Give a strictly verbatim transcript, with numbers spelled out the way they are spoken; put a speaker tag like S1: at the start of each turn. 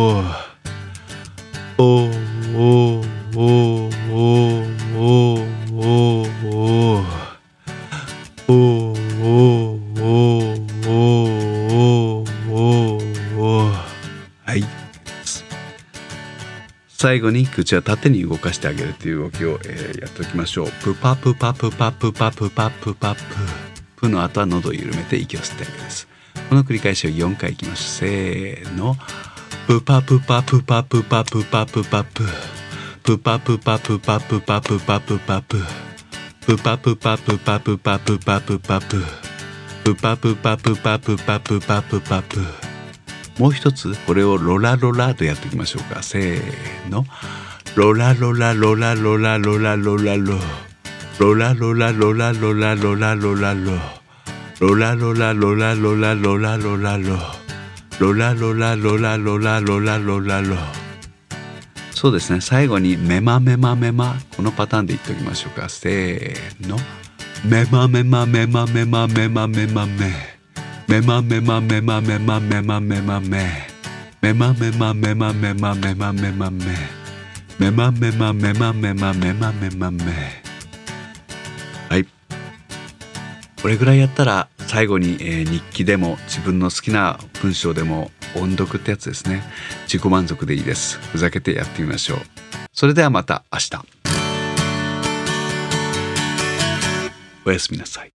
S1: おおおおおおおおはい。最後に口は縦に動かしてあげるという動きを、えー、やっておきましょう。プパプパプパプパプパプパププの後は喉を緩めて息を吸ってあげるです。この繰り返しをよんかいいきましょう。せーの。プパプパプパプパプパプパププパプパプパプパプパプパププパプパプパプパプパプパププパプパプパプパプパプパプ。もう一つこれをロラロラとやっていきましょうか。せーの。ロラロラロラロラロラロラロロラロラロラロラロラロラロロラロラロラロラロラロラロロラロラロラロラロラロラロ。 そうですね、最後にメマメマメマ、このパターンで言っておきましょうか。せーの、メマメマメマメマメマメマメメマメマメマメマメマメマメメマメマメマメマメマメマメメマメマメマメマメマメマメ。はい、これぐらいやったら最後に、えー、日記でも自分の好きな文章でも音読ってやつですね。自己満足でいいです。ふざけてやってみましょう。それではまた明日。おやすみなさい。